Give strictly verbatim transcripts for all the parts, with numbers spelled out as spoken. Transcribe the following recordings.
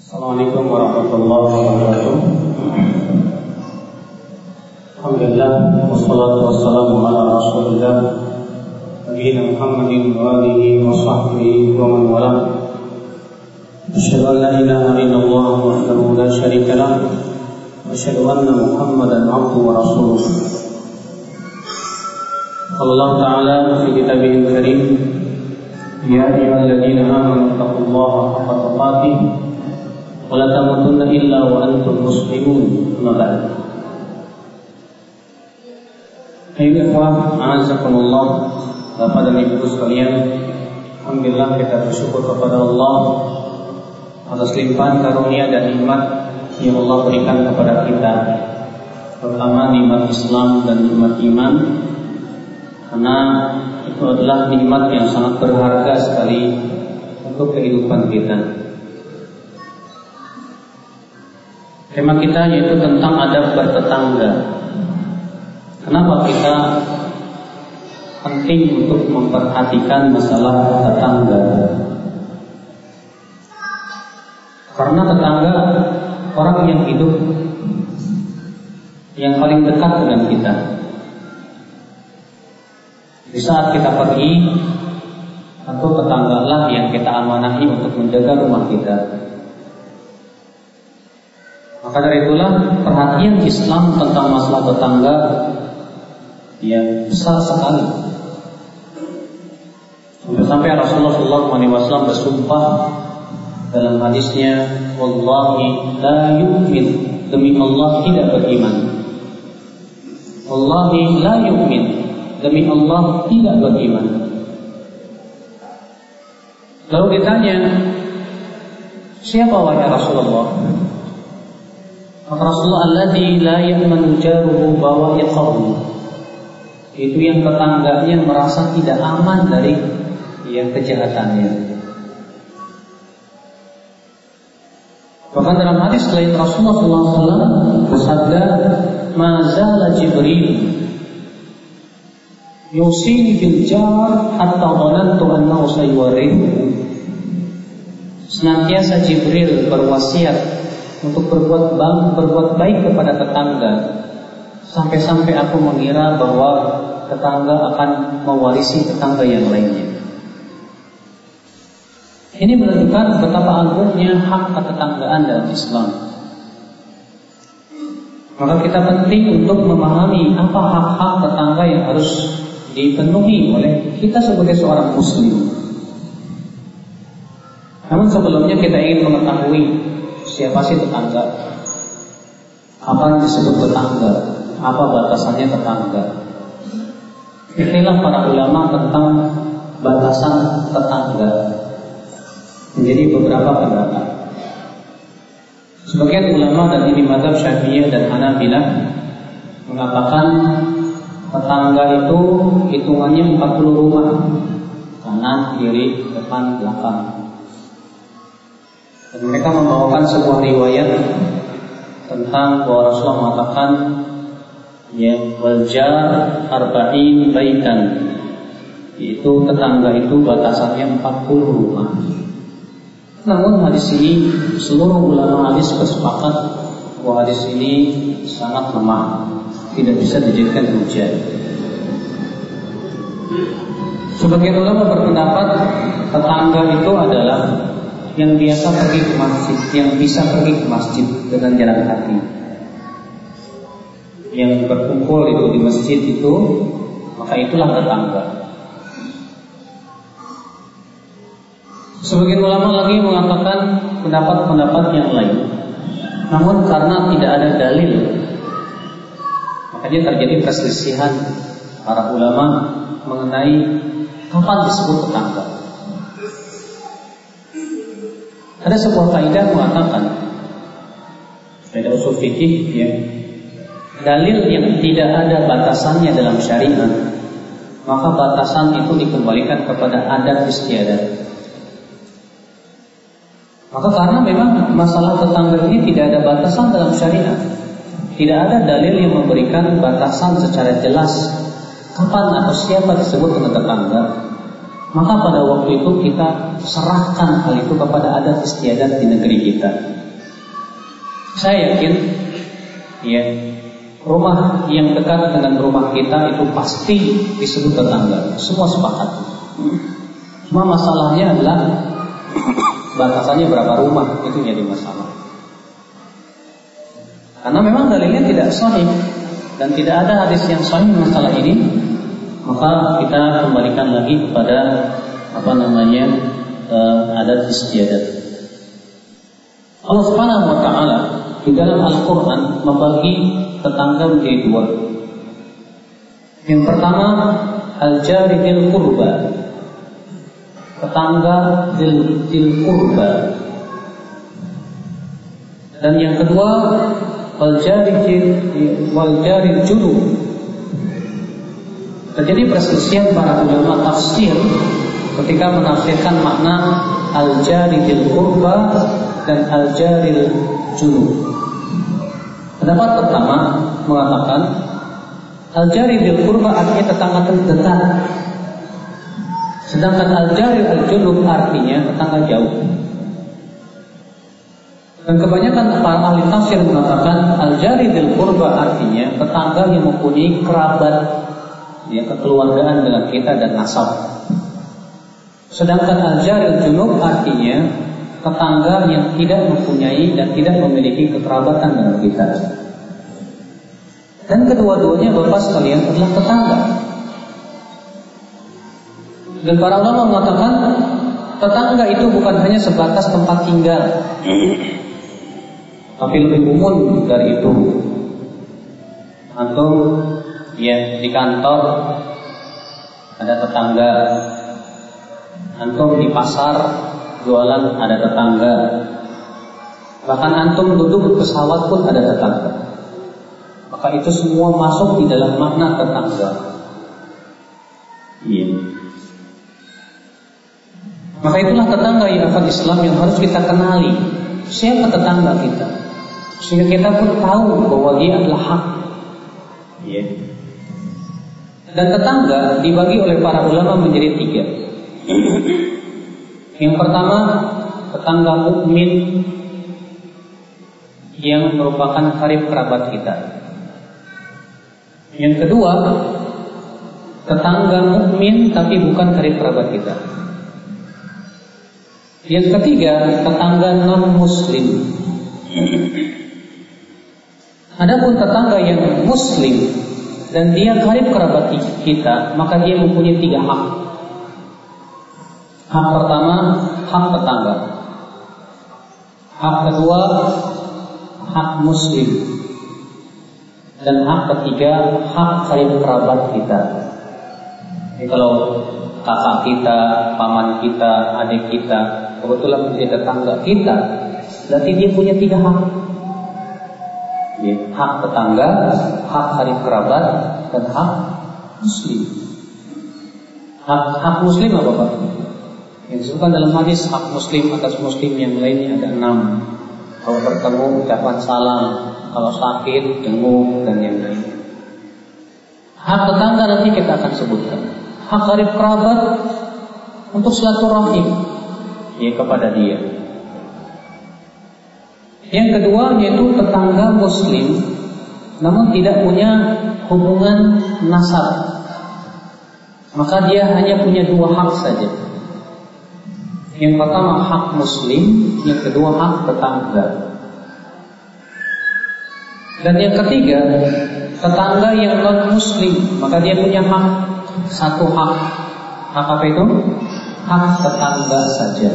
Assalamualaikum warahmatullahi wabarakatuh. Alhamdulillah, wassalatu wassalamu ala rasulillah Nabiyyina Muhammadin wa alihi wa sahbihi wa man walah. Asyhadu an la ilaha illallah wahdahu la syarika lah wa asyhadu anna Muhammadan abduhu wa rasuluh. Allah Ta'ala fi kitabihil karim, ya ayyuhalladzina amanu taqullaha haqqa tuqatih wa la tamutunna illa wa antum muslimun. Amma ba'd. Ayuh ikhwah, a'azakumullah, Bapak dan Ibu sekalian, alhamdulillah kita bersyukur kepada Allah atas limpahan karunia dan nikmat yang Allah berikan kepada kita, terutama nikmat Islam dan nikmat iman, karena itu adalah nikmat yang sangat berharga sekali untuk kehidupan kita. Tema kita yaitu tentang adab bertetangga. Kenapa kita penting untuk memperhatikan masalah tetangga? Karena tetangga orang yang hidup yang paling dekat dengan kita. Di saat kita pergi, tentu tetanggalah yang kita amanahi untuk menjaga rumah kita. Maka dari itulah perhatian Islam tentang masalah tetangga yang besar sekali. Sampai Rasulullah shallallahu alaihi wasallam bersumpah dalam hadisnya, wallahi la yu'min, demi Allah tidak beriman. Wallahi la yu'min, demi Allah tidak beriman. Lalu ditanya, siapa wahai Rasulullah? Maka Rasulullah, alladzi la ya'manu jaruhu bawa'iqahu, itu yang tetangganya merasa tidak aman dari ya kejahatannya. Bahkan dalam hadis lain Rasulullah shallallahu alaihi wasallam bersabda, ma zala Jibril yusini bil jar hatta dhanantu annahu sayuwarrihu. Senantiasa Jibril berwasiat untuk berbuat baik, berbuat baik kepada tetangga, sampai-sampai aku mengira bahwa tetangga akan mewarisi tetangga yang lainnya. Ini menunjukkan betapa agungnya hak ketetanggaan dalam Islam. Maka kita penting untuk memahami apa hak-hak tetangga yang harus dipenuhi oleh kita sebagai seorang muslim. Namun sebelumnya kita ingin mengetahui siapa sih tetangga? Apa yang disebut tetangga? Apa batasannya tetangga? Inilah para ulama tentang batasan tetangga. Menjadi beberapa pendapat. Sebagian ulama dan ini mazhab Syafi'iyah dan Hanabilah mengatakan tetangga itu hitungannya empat puluh rumah, kanan, kiri, depan, belakang. Dan mereka membawakan sebuah riwayat tentang bahwa Rasulullah mengatakan, ya waljar arba'in baitan, itu tetangga itu batasannya empat puluh rumah. Namun hadis ini seluruh ulama hadis bersepakat bahwa hadis ini sangat lemah, tidak bisa dijadikan hujah. Sebagian ulama berpendapat tetangga itu adalah yang biasa pergi ke masjid, yang bisa pergi ke masjid dengan jalan kaki, yang berkumpul itu di masjid itu, maka itulah tetangga. Sebagian ulama lagi mengatakan pendapat-pendapat yang lain. Namun karena tidak ada dalil, makanya terjadi perselisihan para ulama mengenai kapan disebut tetangga. Ada sebuah kaidah mengatakan, kaidah usul fikih, ya, dalil yang tidak ada batasannya dalam syariat, maka batasan itu dikembalikan kepada adat istiadat. Maka karena memang masalah tetangga ini tidak ada batasan dalam syariat, tidak ada dalil yang memberikan batasan secara jelas kapan atau siapa disebut dengan tetangga, maka pada waktu itu kita serahkan hal itu kepada adat istiadat di negeri kita. Saya yakin, ya, rumah yang dekat dengan rumah kita itu pasti disebut tetangga. Semua sepakat. Cuma masalahnya adalah batasannya berapa rumah, itu jadi masalah. Karena memang dalilnya tidak sahih dan tidak ada hadis yang sahih masalah ini, maka kita kembalikan lagi kepada apa namanya uh, adat istiadat. Allah Subhanahu wa taala di dalam Al-Qur'an membagi tetangga menjadi dua. Yang pertama, al-jari dzil qurba. Tetangga dzil qurba. Dan yang kedua, wal-jari wal-jari junub. Terjadi perselisihan para ulama tafsir ketika menafsirkan makna al-jari dzil qurba dan al-jari junub. Pendapat pertama mengatakan al-jari dzil qurba artinya tetangga terdekat, sedangkan al-jari al-junub artinya tetangga jauh. Dan kebanyakan para ahli tafsir mengatakan al-jari dzil qurba artinya tetangga yang mempunyai kerabat, ya, kekeluargaan dengan kita dan nasab. Sedangkan al-jari al-junub artinya tetangga yang tidak mempunyai dan tidak memiliki kekerabatan dengan kita. Dan kedua-duanya Bapak sekalian adalah tetangga. Dan para ulama mengatakan tetangga itu bukan hanya sebatas tempat tinggal, tapi lebih umum dari itu. Antum, ya, di kantor ada tetangga, antum di pasar jualan ada tetangga, bahkan antum duduk di pesawat pun ada tetangga. Maka itu semua masuk di dalam makna tetangga. Iya. Maka itulah tetangga yang akan Islam yang harus kita kenali. Siapa tetangga kita, sehingga kita pun tahu bahwa dia adalah hak. Iya. Dan tetangga dibagi oleh para ulama menjadi tiga. Yang pertama, tetangga mukmin yang merupakan karib kerabat kita. Yang kedua, tetangga mukmin tapi bukan karib kerabat kita. Yang ketiga, tetangga non muslim. Adapun tetangga yang muslim dan dia karib kerabat kita, maka dia mempunyai tiga hak. Hak pertama, hak tetangga. Hak kedua, hak muslim. Dan hak ketiga, hak karib kerabat kita. Jadi kalau kakak kita, paman kita, adik kita kebetulan menjadi tetangga kita, berarti dia punya tiga hak. Hak tetangga, hak karib kerabat, dan hak muslim. Hak, hak muslim apa Pak? Yang disebutkan dalam hadis, hak muslim atas muslim yang lainnya ada enam. Kalau bertemu ucapan salam, kalau sakit jenguk, dan yang lainnya. Hak tetangga nanti kita akan sebutkan. Hak karib kerabat untuk silaturahim, ya, kepada dia. Yang kedua yaitu tetangga muslim namun tidak punya hubungan nasab, maka dia hanya punya dua hak saja. Yang pertama hak muslim, yang kedua hak tetangga. Dan yang ketiga, tetangga yang non muslim, maka dia punya hak, satu hak. Hak apa itu? Hak tetangga saja.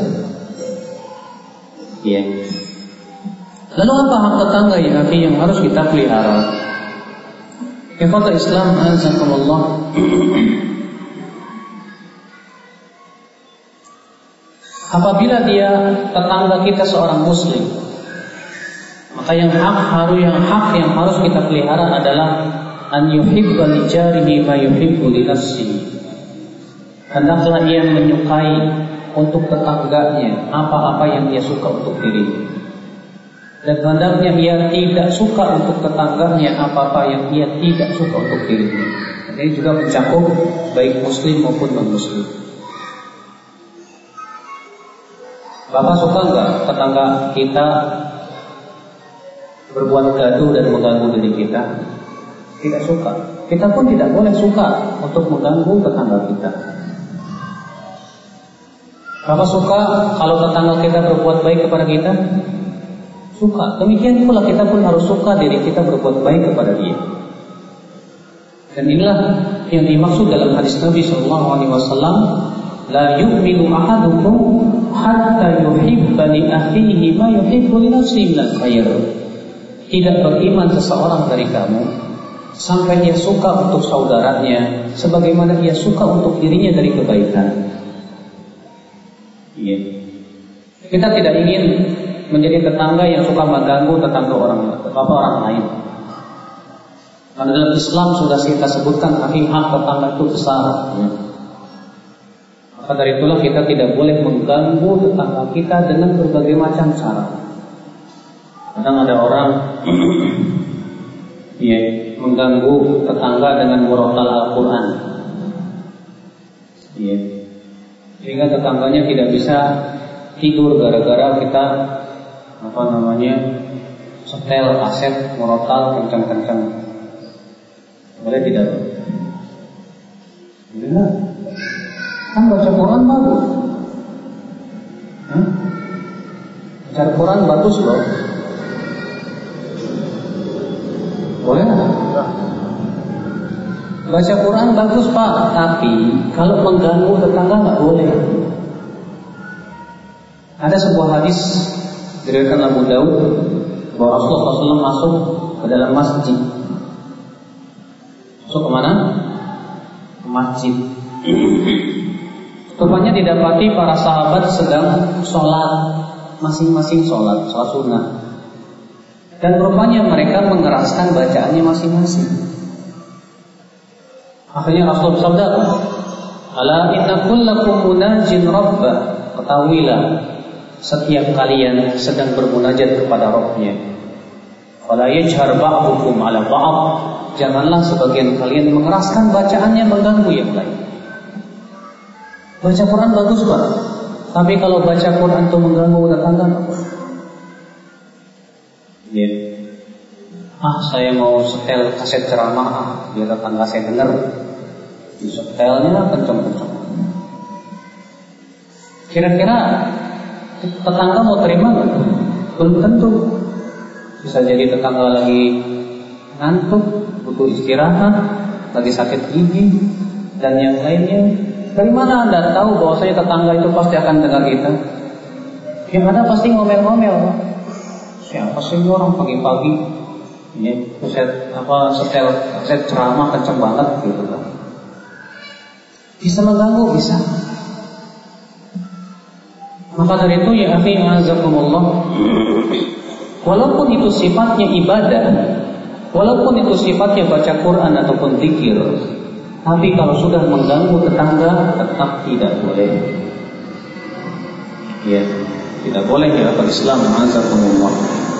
Ya. Lalu apa hak tetangga yang yang harus kita pelihara? Ikhwatul Islam azakumullah. Apabila dia tetangga kita seorang muslim, maka yang hak harus yang hak yang harus kita pelihara adalah an yuhibba li jarihi ma yuhibbu li nafsihi. Hendaklah ia menyukai untuk tetangganya apa-apa yang dia suka untuk dirinya. Dan hendaknya ia tidak suka untuk tetangganya apa-apa yang ia tidak suka untuk dirinya. Ini juga mencakup baik muslim maupun non muslim. Bapak suka nggak tetangga kita berbuat gaduh dan mengganggu diri kita? Tidak suka. Kita pun tidak boleh suka untuk mengganggu tetangga kita. Bapak suka kalau tetangga kita berbuat baik kepada kita? Suka. Demikian pula kita pun harus suka diri kita berbuat baik kepada dia. Dan inilah yang dimaksud dalam hadis Nabi Shallallahu Alaihi Wasallam, la yu'minu ahadukum hatta yuhibba li akhihi ma yuhibbu li nafsihi min al-khair. Tidak beriman seseorang dari kamu sampai dia suka untuk saudaranya sebagaimana dia suka untuk dirinya dari kebaikan. Ya. Kita tidak ingin menjadi tetangga yang suka mengganggu tetangga orang apa orang lain. Karena dalam Islam sudah kita sebutkan hak tetangga itu besar. Ya. Maka dari itulah kita tidak boleh mengganggu tetangga kita dengan berbagai macam cara. Kadang ada orang ya, mengganggu tetangga dengan murotal Al-Quran ya. Sehingga tetangganya tidak bisa tidur gara-gara kita apa namanya setel kaset murotal kencang-kencang. Boleh tidak? Boleh. Kan baca Quran bagus. Hah? Baca Quran bagus loh. Boleh? Baca Quran bagus Pak, tapi kalau mengganggu tetangga nggak boleh. Ada sebuah hadis diriwayatkan Abu Daud bahwa Rasulullah shallallahu alaihi wasallam masuk ke dalam masjid. Masuk kemana? Ke masjid. Rupanya didapati para sahabat sedang sholat, masing-masing sholat, sholat sunnah. Dan rupanya mereka mengeraskan bacaannya masing-masing. Akhirnya Rasul bersabda, "Ala inna kullakum munajin rabbah." Ketahuilah, setiap kalian sedang bermunajat kepada Rabb-nya. Fala yajhar ba'dukum 'ala ba'd. Janganlah sebagian kalian mengeraskan bacaannya mengganggu yang lain. Baca Quran bagus Pak, tapi kalau baca Quran itu mengganggu tetangga apa? Ya. Ah, saya mau setel kaset ceramah, ah, biar tetangga saya dengar. Di setelnya kencang-kencang. Kira-kira tetangga mau terima nggak? Belum tentu. Bisa jadi tetangga lagi ngantuk, butuh istirahat, lagi sakit gigi, dan yang lainnya. Dari mana Anda tahu bahwa saya tetangga itu pasti akan dengar kita? Yang ada pasti ngomel-ngomel. Siapa sih orang pagi-pagi ini set apa setel set ceramah kenceng banget gitu kan? Bisa mengganggu, bisa. Maka dari itu ya akhi azakumullah, walaupun itu sifatnya ibadah, walaupun itu sifatnya baca Quran ataupun zikir, tapi kalau sudah mengganggu tetangga tetap tidak boleh. Ya, tidak boleh ya akhi Islam azakumullah.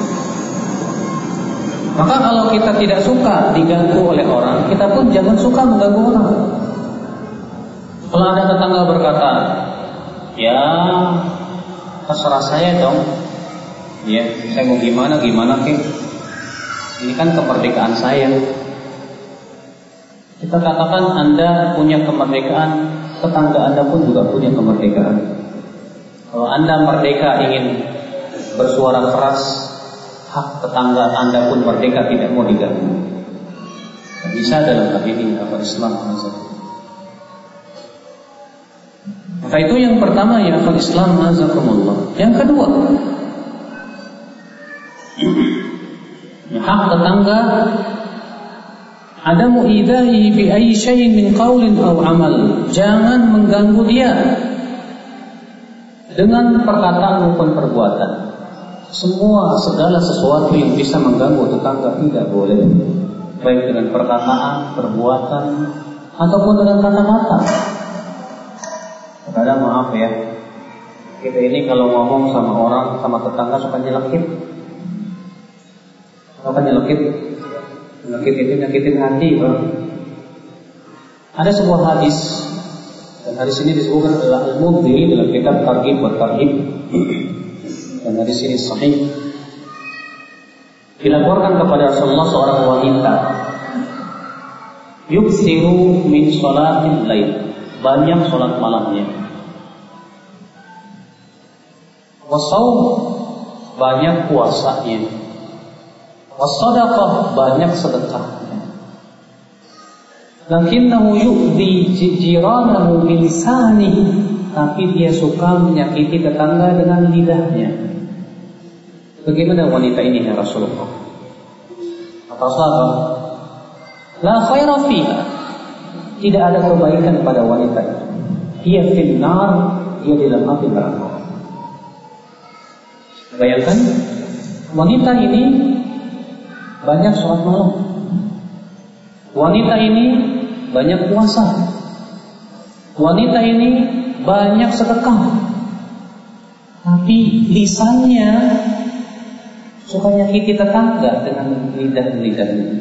Maka kalau kita tidak suka diganggu oleh orang, kita pun jangan suka mengganggu orang. Kalau ada tetangga berkata, ya terserah saya dong, ya saya mau gimana gimana ke, ini kan kemerdekaan saya. Kita katakan Anda punya kemerdekaan, tetangga Anda pun juga punya kemerdekaan. Kalau Anda merdeka ingin bersuara keras, hak tetangga Anda pun merdeka tidak mau diganggu. Bisa dalam hal ini apa Islam azza. Maka itu yang pertama ya akal Islam azakumullah. Yang kedua, hak tetangga adamu idahi bi ayyi syai'in min qaulin aw amal. Jangan mengganggu dia dengan perkataan maupun perbuatan. Semua segala sesuatu yang bisa mengganggu tetangga tidak boleh, baik dengan perkataan, perbuatan, ataupun dengan kata-kata. Kadang maaf ya, kita ini kalau ngomong sama orang, sama tetangga suka nyelekit. Apa nyelekit? Nyelekit itu nyakitin hati, bro. Ada sebuah hadis, dan hadis ini disebutkan adalah Al-Mubdi dalam kitab Targhib wa Tarhib. Dan hadis ini sahih. Dilaporkan kepada Rasulullah seorang wanita yuksiru min sholatil lail, banyak sholat malamnya. Wasaum, banyak puasanya. Wasadaqah, banyak sedekahnya. Lakinnahu yu'dhi jiranahu bilisanihi, tapi dia suka menyakiti tetangga dengan lidahnya. Bagaimana wanita ini ya Rasulullah? Kata sahabat, la khaira fiha, tidak ada kebaikan pada wanita itu. Dia finnar, dia di dalam api neraka. Bayangkan, wanita ini banyak sholat malam, wanita ini banyak puasa, wanita ini banyak sedekah, tapi lisannya suka nyakiti tetangga dengan lidah-lidahnya.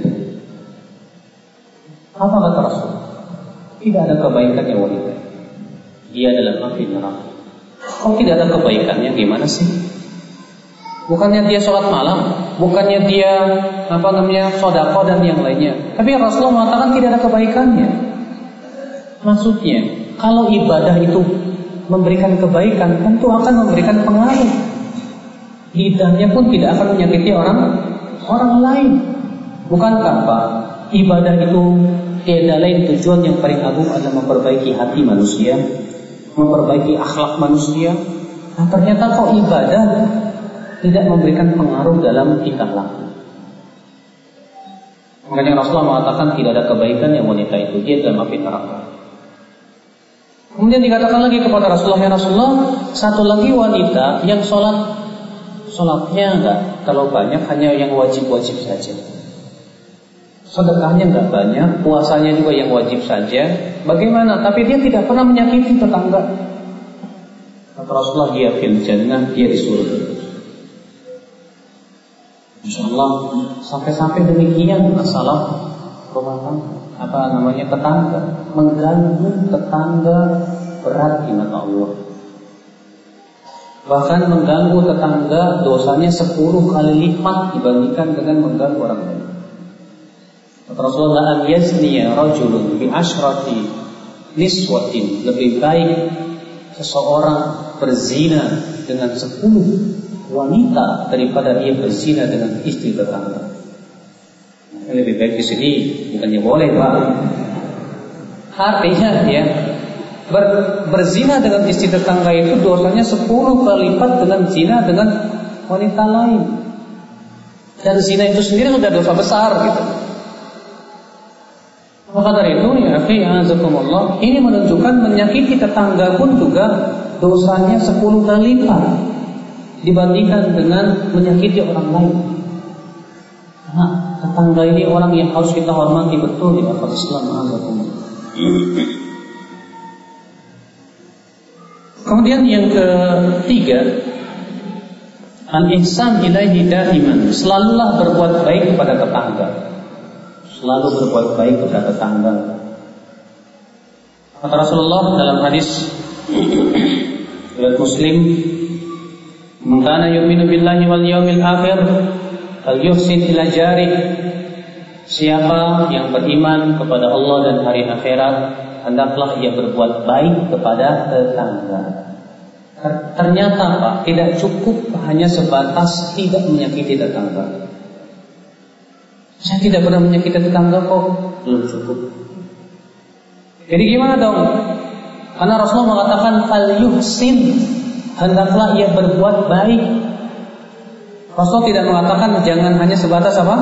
Apa kata Rasul? Tidak ada kebaikannya wanita. Dia dalam api neraka. Kalau tidak ada kebaikannya, gimana sih? Bukannya dia sholat malam, bukannya dia apa namanya sedekah dan yang lainnya. Tapi Rasulullah mengatakan tidak ada kebaikannya. Maksudnya, kalau ibadah itu memberikan kebaikan, tentu akan memberikan pengaruh. Lidahnya pun tidak akan menyakiti orang orang lain. Bukankah Pak, ibadah itu tiada lain tujuan yang paling agung adalah memperbaiki hati manusia, memperbaiki akhlak manusia. Nah, ternyata kok ibadah tidak memberikan pengaruh dalam tingkah laku. Makanya Rasulullah mengatakan tidak ada kebaikan yang wanita itu, dia dalam api neraka. Kemudian dikatakan lagi kepada Rasulullah, ya Rasulullah, satu lagi wanita yang sholat, sholatnya enggak terlalu banyak, hanya yang wajib-wajib saja. Sedekahnya enggak banyak, puasanya juga yang wajib saja. Bagaimana? Tapi dia tidak pernah menyakiti tetangga. Kata Rasulullah, dia fil jannah, dia di surga. Insyaallah, sampai-sampai demikian masalah rumah tangga, apa namanya tetangga, mengganggu tetangga berat di mata Allah. Bahkan mengganggu tetangga dosanya sepuluh kali lipat dibandingkan dengan mengganggu orang lain. Kata Rasulullah, an yazniya rajulun bi asyrati niswatin, lebih baik seseorang berzina dengan sepuluh wanita daripada dia berzina dengan istri tetangga. Lebih baik di sini bukannya boleh, Pak. Artinya ya, ber, berzina dengan istri tetangga itu dosanya sepuluh kali lipat dengan zina dengan wanita lain. Dan zina itu sendiri sudah dosa besar gitu. Maka dari itu ya, azakumullah, ini menunjukkan menyakiti tetangga pun juga dosanya sepuluh kali lipat dibandingkan dengan menyakiti orang lain. Nah, tetangga ini orang yang harus kita hormati betul di akal Islam. Kemudian yang ketiga, al-ihsan ilaihi daiman, selalulah berbuat baik kepada tetangga. Selalu berbuat baik kepada tetangga. Kata Rasulullah dalam hadis riwayat Muslim, "Man kana yu'minu billahi wal yawmil akhir falyuhsin ila jarih." Siapa yang beriman kepada Allah dan hari akhirat, hendaklah ia berbuat baik kepada tetangga. Ternyata Pak, tidak cukup hanya sebatas tidak menyakiti tetangga. Saya tidak pernah menyakiti tetangga kok, belum cukup. Jadi gimana dong? Karena Rasulullah mengatakan falyuhsin, hendaklah ia berbuat baik. Rasul tidak mengatakan jangan hanya sebatas apa?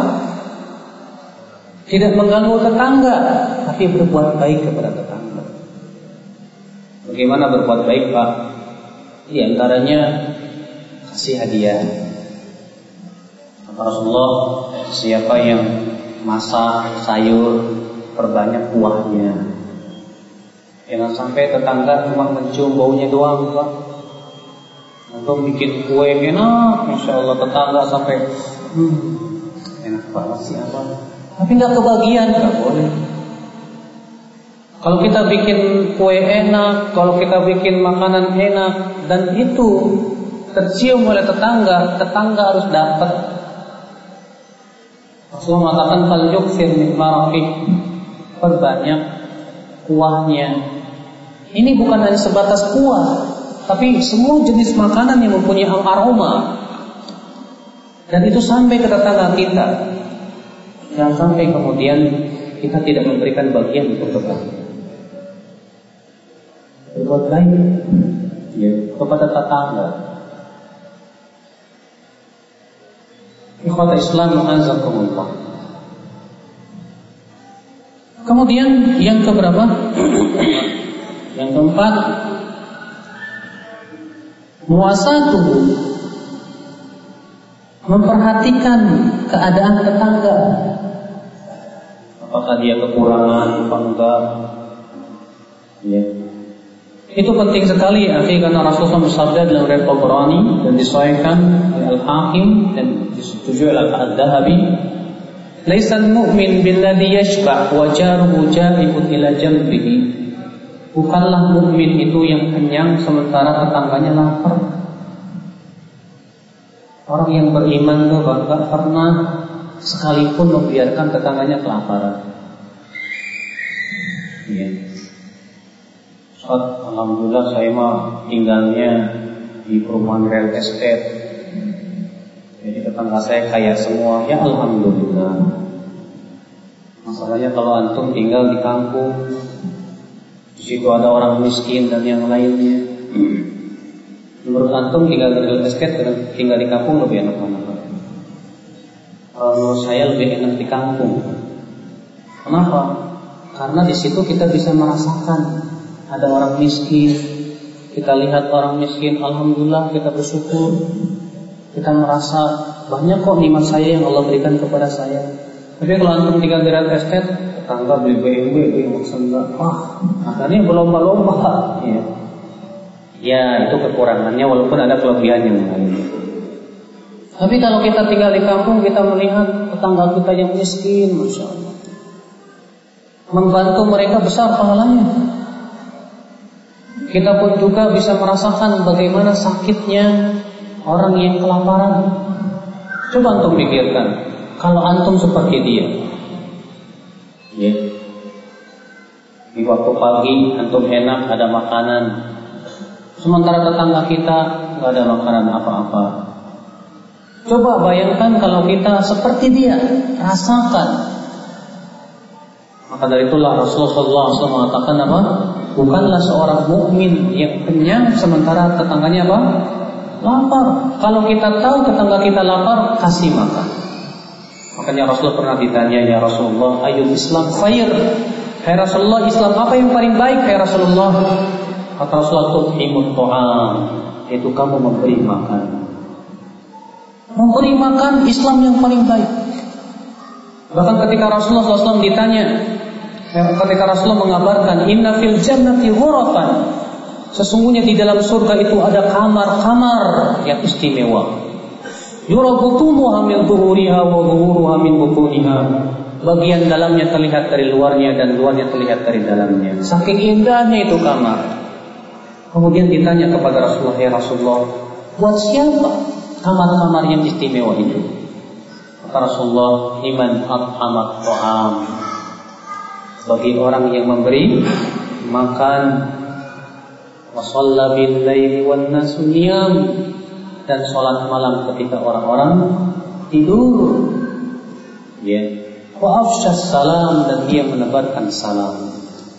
Tidak mengganggu tetangga, tapi berbuat baik kepada tetangga. Bagaimana berbuat baik, Pak? Di antaranya kasih hadiah. Kata Rasulullah, siapa yang masak sayur, perbanyak kuahnya. Jangan sampai tetangga cuma mencium baunya doang, Pak. Atau bikin kue enak, Masya Allah, tetangga sampai hmm, enak banget sih apa, tapi nggak kebagian, nggak boleh. Kalau kita bikin kue enak, kalau kita bikin makanan enak, dan itu tercium oleh tetangga, tetangga harus dapat. Rasulullah mengatakan fal yukthir min maraqih, perbanyak kuahnya. Ini bukan hanya sebatas kuah, tapi semua jenis makanan yang mempunyai aroma. Dan itu sampai ke tetangga kita. Jangan sampai kemudian kita tidak memberikan bagian untuk tetangga. Berbuat baik ya, kepada tetangga. Ikhwata Islam azakumullah. Kemudian yang keberapa? Yang keempat, muasatu, memperhatikan keadaan tetangga. Apakah dia kekurangan, apa enggak? Ya. Itu penting sekali, akhi, karena Rasulullah bersabda dalam riwayat Tabrani dan disahihkan oleh Al-Hakim dan disetujui oleh Al-Dhahabi, "Laisal mu'min billadhi yashba' wa jaruhu ja'ibun ila janbihi." Bukanlah mukmin itu yang kenyang sementara tetangganya lapar. Orang yang beriman itu enggak pernah sekalipun membiarkan tetangganya kelaparan. Ya. Alhamdulillah saya mah tinggalnya di perumahan real estate. Jadi tetangga saya kaya semua. Ya alhamdulillah. Masalahnya kalau antum tinggal di kampung, di situ ada orang miskin dan yang lainnya. Menurut antum tinggal di real estate dan tinggal di kampung lebih enak mana? Menurut saya lebih enak di kampung. Kenapa? Karena di situ kita bisa merasakan ada orang miskin, kita lihat orang miskin, alhamdulillah kita bersyukur, kita merasa banyak kok nikmat saya yang Allah berikan kepada saya. Tapi kalau antum tinggal di real estate, tetangga beli B M W, beli Mercedes, wah, akhirnya berlomba-lomba. Ya. ya itu kekurangannya, walaupun ada kelebihannya. Tapi kalau kita tinggal di kampung, kita melihat tetangga kita yang miskin, masya Allah, membantu mereka besar pahalanya. Kita pun juga bisa merasakan bagaimana sakitnya orang yang kelaparan. Coba antum pikirkan, kalau antum seperti dia, ya, di waktu pagi antum enak ada makanan, sementara tetangga kita nggak ada makanan apa-apa. Coba bayangkan kalau kita seperti dia, rasakan. Maka dari itulah Rasulullah shallallahu alaihi wasallam mengatakan apa? Bukanlah seorang mukmin yang kenyang sementara tetangganya apa? Lapar. Kalau kita tahu tetangga kita lapar, kasih makan. Makanya Rasulullah pernah ditanya, ya Rasulullah, ayul Islam khair? Hai Rasulullah, Islam apa yang paling baik? Hai Rasulullah, kata Rasulullah, tut'imut ta'am, yaitu kamu memberi makan. Memberi makan Islam yang paling baik. Bahkan ketika Rasulullah shallallahu alaihi wasallam ditanya, ketika Rasulullah mengabarkan inna fil jannati ghurafan, sesungguhnya di dalam surga itu ada kamar-kamar yang istimewa. Yura butunuha min zuhuriha wa zuhuruha min butuniha. Bagian dalamnya terlihat dari luarnya dan luarnya terlihat dari dalamnya. Saking indahnya itu kamar. Kemudian ditanya kepada Rasulullah, ya Rasulullah, buat siapa kamar-kamar yang istimewa itu? Kata Rasulullah, liman at'amat ta'am, bagi orang yang memberi makan, wa shalla bil laili wan nasu niyam, dan salat malam ketika orang-orang tidur, ya, wa afsyas salam, dan dia menebarkan salam.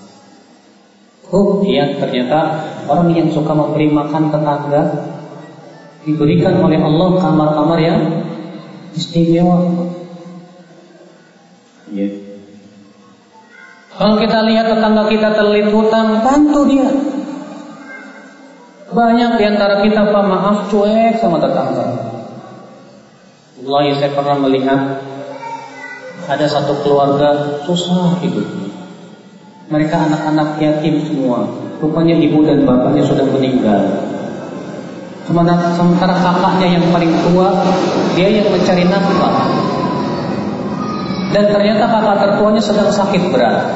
Oh, ya, ternyata orang yang suka memberi makan tetangga diberikan oleh Allah kamar-kamar yang istimewa. Ya. Kalau kita lihat tetangga kita terlilit hutang, bantu dia. Banyak di antara kita, Pak, maaf, cuek sama tetangga. Wallahi, saya pernah melihat ada satu keluarga susah hidupnya. Mereka anak-anak yatim semua. Rupanya ibu dan bapaknya sudah meninggal. Sementara, sementara kakaknya yang paling tua, dia yang mencari nafkah. Dan ternyata kakak tertuanya sedang sakit berat.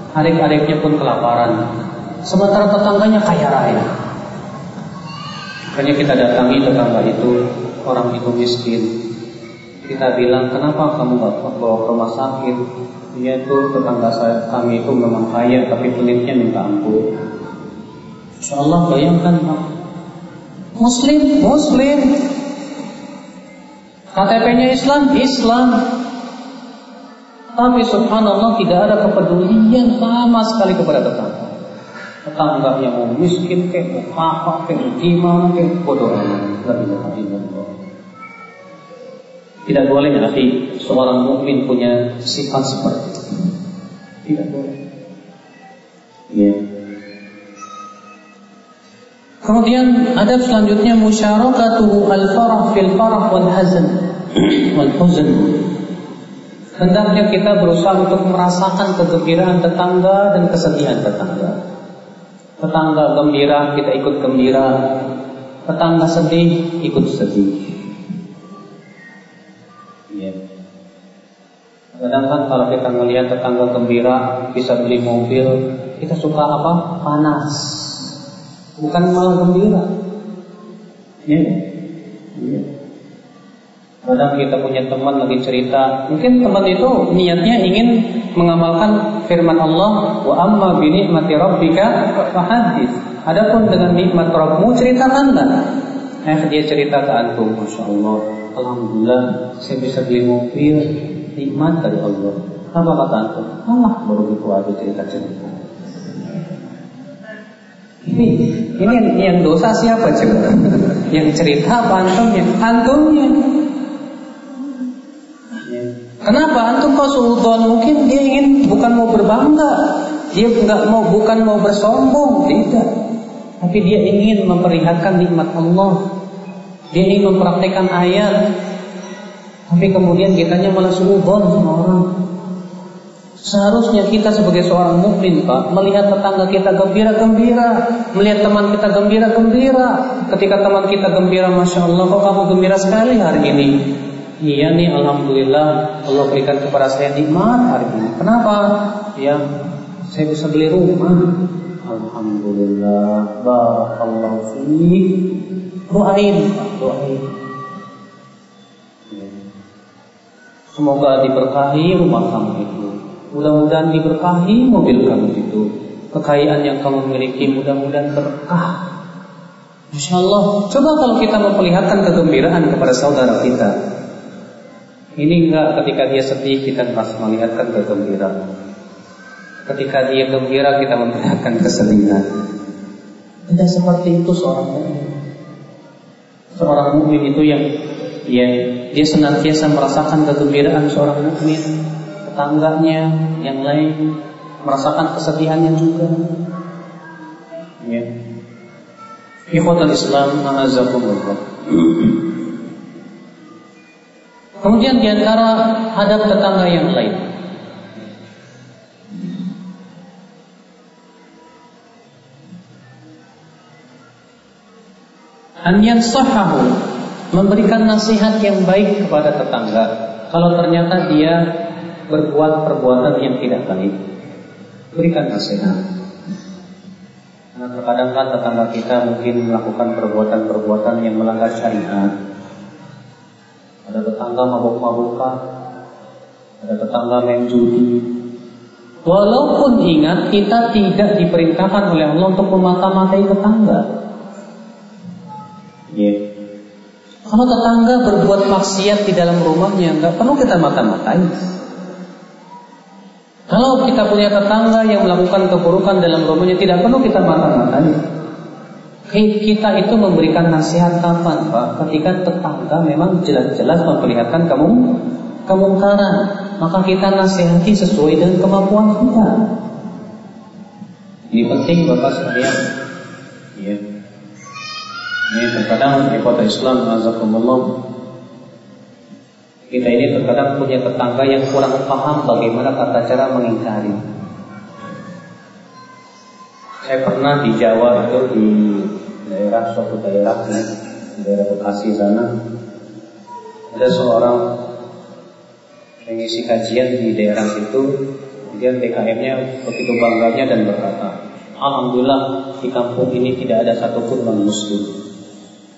Adik-adiknya pun kelaparan. Sementara tetangganya kaya raya. Makanya kita datangi tetangga itu, orang itu miskin. Kita bilang, kenapa kamu gak bawa ke rumah sakit? Dia itu tetangga saya, kami itu memang kaya, tapi pelitnya minta ampun. InsyaAllah bayangkan, Muslim, Muslim, K T P-nya Islam, Islam, tapi subhanallah tidak ada kepedulian sama sekali kepada tetangga. Tetangga yang mau miskin, kayak mau kakak, kayak mau gimana, kayak bodoh amat. Tidak boleh nanti seorang mukmin punya sifat seperti itu. Tidak boleh. Ya. Kemudian adab selanjutnya musyarakatuhu al-farah fil farah wal hazan wal huzn. Hendaknya kita berusaha untuk merasakan kegembiraan tetangga dan kesedihan tetangga. Tetangga gembira, kita ikut gembira. Tetangga sedih, ikut sedih. Ya. Kadang kan kalau kita melihat tetangga gembira bisa beli mobil, kita suka apa? Panas. Bukan malah gembira. Ya. Ya. Kadang kita punya teman lagi cerita, mungkin teman itu niatnya ingin mengamalkan firman Allah, wa amma bi ni'mati rabbika fahaddits. Adapun dengan nikmat Rabbmu ceritakanlah. Eh dia cerita ke antum, masya Allah, alhamdulillah saya bisa beli mobil, nikmat dari Allah. Apa kata antum? Allah baru gitu aja cerita-cerita. Ini ini yang dosa siapa coba? Yang cerita apa antumnya? Antumnya. Kenapa antum kau suudzon? Mungkin dia ingin bukan mau berbangga, dia enggak mau bukan mau bersombong, tidak. Tapi dia ingin memperlihatkan nikmat Allah. Dia ingin mempraktekkan ayat. Tapi kemudian kitanya malah suudzon sama orang. Seharusnya kita sebagai seorang mukmin, Pak, melihat tetangga kita gembira-gembira, melihat teman kita gembira-gembira. Ketika teman kita gembira, masya Allah, kok kamu gembira sekali hari ini? Iya nih, alhamdulillah Allah berikan kepada saya nikmat hari ini. Kenapa? Ya, saya bisa beli rumah. Alhamdulillah. Barakallahu fiik. Doain, doain. Semoga diberkahi rumah kamu itu. Mudah-mudahan diberkahi mobil kamu itu. Kekayaan yang kamu miliki mudah-mudahan berkah. Masya Allah. Coba kalau kita memperlihatkan kegembiraan kepada saudara kita. Ini enggak ketika dia sedih kita merasa melihatkan kegembiraan. Ketika dia gembira kita memperlihatkan kesedihan. Tidak seperti itu seorang mukmin. Seorang mukmin itu yang ya, dia senantiasa merasakan kegembiraan seorang mukmin, tetangganya yang lain merasakan kesedihannya juga. Ya. Ikhwatul Islam, a'azzakumullah. Kemudian diantara adab tetangga yang lain, an yansahahu, memberikan nasihat yang baik kepada tetangga. Kalau ternyata dia berbuat perbuatan yang tidak baik, berikan nasihat. Karena terkadang kan tetangga kita mungkin melakukan perbuatan-perbuatan yang melanggar syariat. Ada tetangga mabuk-mabukan, ada tetangga main judi. Walaupun ingat kita tidak diperintahkan oleh Allah untuk memata-matai tetangga. Yeah. Kalau tetangga berbuat maksiat di dalam rumahnya, nggak perlu kita mata-matai. Kalau kita punya tetangga yang melakukan keburukan dalam rumahnya, tidak perlu kita mata-matai. Kita itu memberikan nasihat kapan, Pak? Ketika tetangga memang jelas-jelas memperlihatkan kamu kemungkaran, maka kita nasihati sesuai dengan kemampuan kita. Ini penting, Bapak sekalian. Ya. Ini terkadang di kota Islam, azakumullah, kita ini terkadang punya tetangga yang kurang paham bagaimana tata cara mengingkari. Saya pernah di Jawa itu di daerah suatu daerah di daerah Bekasi sana, ada seorang mengisi kajian di daerah itu. Kemudian T K M-nya begitu bangganya dan berkata, alhamdulillah di kampung ini tidak ada satupun non muslim.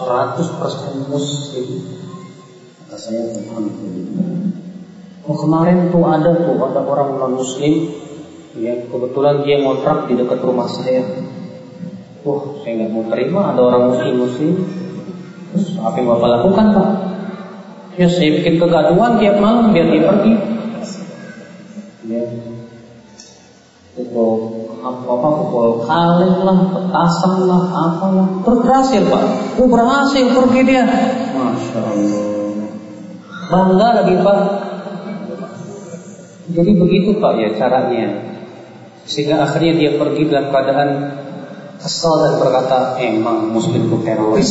seratus persen muslim. Kata saya, alhamdulillah. Oh, kemarin tuh ada tuh ada orang non muslim, ya kebetulan dia ngontrak di dekat rumah saya. Wah, saya nggak mau terima ada orang muslim muslim. Terus apa yang bapak lakukan, Pak? Ya saya bikin kegaduhan tiap malam biar dia pergi. Ya, pukul apa pukul kaleng lah, petasan lah, apalah. Terus berhasil, Pak. Oh, berhasil pergi dia. Masya Allah. Bangga lagi, Pak. Jadi begitu, Pak, ya caranya. Sehingga akhirnya dia pergi dalam keadaan kesal dan berkata, emang muslim itu teroris.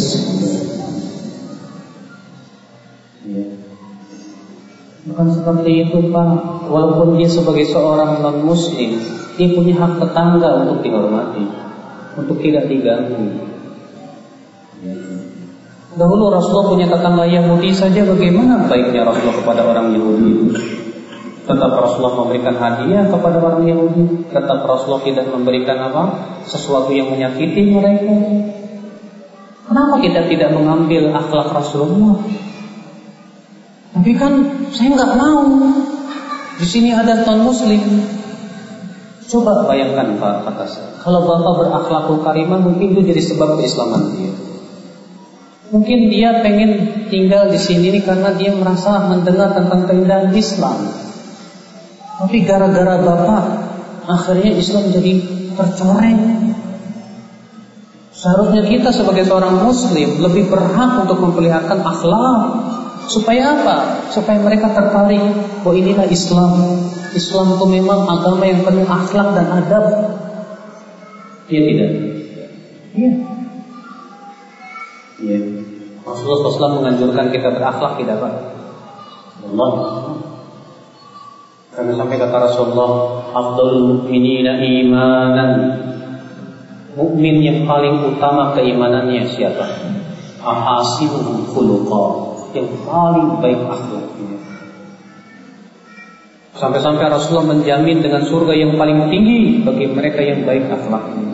Ya. Bukan seperti itu, Pak. Walaupun dia sebagai seorang non muslim, dia punya hak tetangga untuk dihormati, untuk tidak diganggu. Ya. Dahulu Rasulullah punya tetangga Yahudi saja, bagaimana baiknya Rasulullah kepada orang Yahudi. Tetap Rasulullah memberikan hadiah kepada orang Yahudi. Tetap Rasulullah tidak memberikan apa? Sesuatu yang menyakiti mereka. Kenapa kita tidak mengambil akhlak Rasulullah? Tapi kan saya nggak mau. Di sini ada non muslim. Coba bayangkan, Pak, kata saya. Kalau Bapak berakhlakul karimah, mungkin itu jadi sebab keislaman dia. Mungkin dia pengen tinggal di sini karena dia merasa mendengar tentang keindahan Islam. Tapi gara-gara Bapak, akhirnya Islam jadi tercoreng. Seharusnya kita sebagai seorang muslim lebih berhak untuk memperlihatkan akhlak. Supaya apa? Supaya mereka tertarik bahwa inilah Islam. Islam itu memang agama yang penuh akhlak dan adab. Iya tidak? Iya. Iya. Rasulullah shallallahu alaihi wasallam menganjurkan kita berakhlak, tidak, Pak? Allah. Karena sampai kata Rasulullah, afdalul mu'minina imanan. Mukmin yang paling utama keimanannya siapa? Ahasinuhum khuluqa, yang paling baik akhlaknya. Sampai-sampai Rasulullah menjamin dengan surga yang paling tinggi bagi mereka yang baik akhlaknya.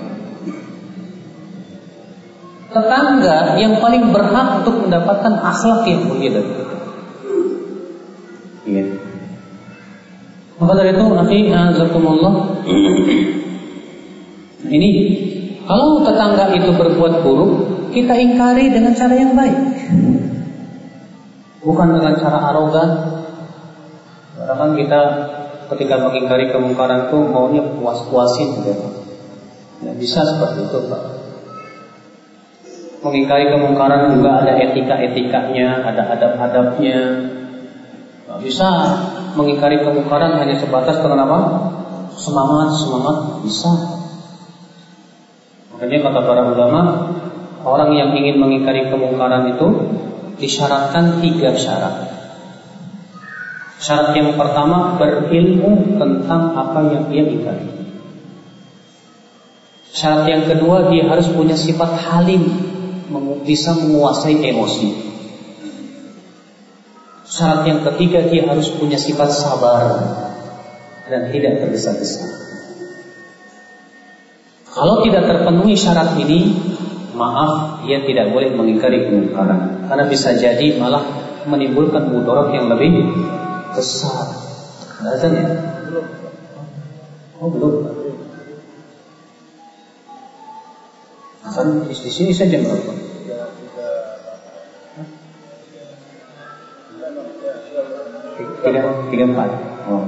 Tetangga yang paling berhak untuk mendapatkan akhlak yang mulia dari kita. Iya. Maka dari itu, akhi azakumullah, ini kalau tetangga itu berbuat buruk, kita ingkari dengan cara yang baik, bukan dengan cara arogan. Karena kita ketika mengingkari kemungkaran itu maunya puas-puasin, gitu. Tidak bisa seperti itu, Pak. Mengingkari kemungkaran juga ada etika-etikanya, ada adab-adabnya. Tidak bisa mengingkari kemungkaran hanya sebatas dengan apa? Semangat, semangat bisa. Makanya kata para ulama, orang yang ingin mengingkari kemungkaran itu disyaratkan tiga syarat. Syarat yang pertama, berilmu tentang apa yang dia ingkari. Syarat yang kedua, dia harus punya sifat halim, bisa menguasai emosi. Syarat yang ketiga, dia harus punya sifat sabar dan tidak tergesa-gesa. Kalau tidak terpenuhi syarat ini, maaf, dia tidak boleh mengingkari kemungkaran, karena bisa jadi malah menimbulkan mudarat yang lebih besar. Ada azan ya? Belum. Oh belum. Azan di sini saja berapa? Tiga, tiga empat. Oh.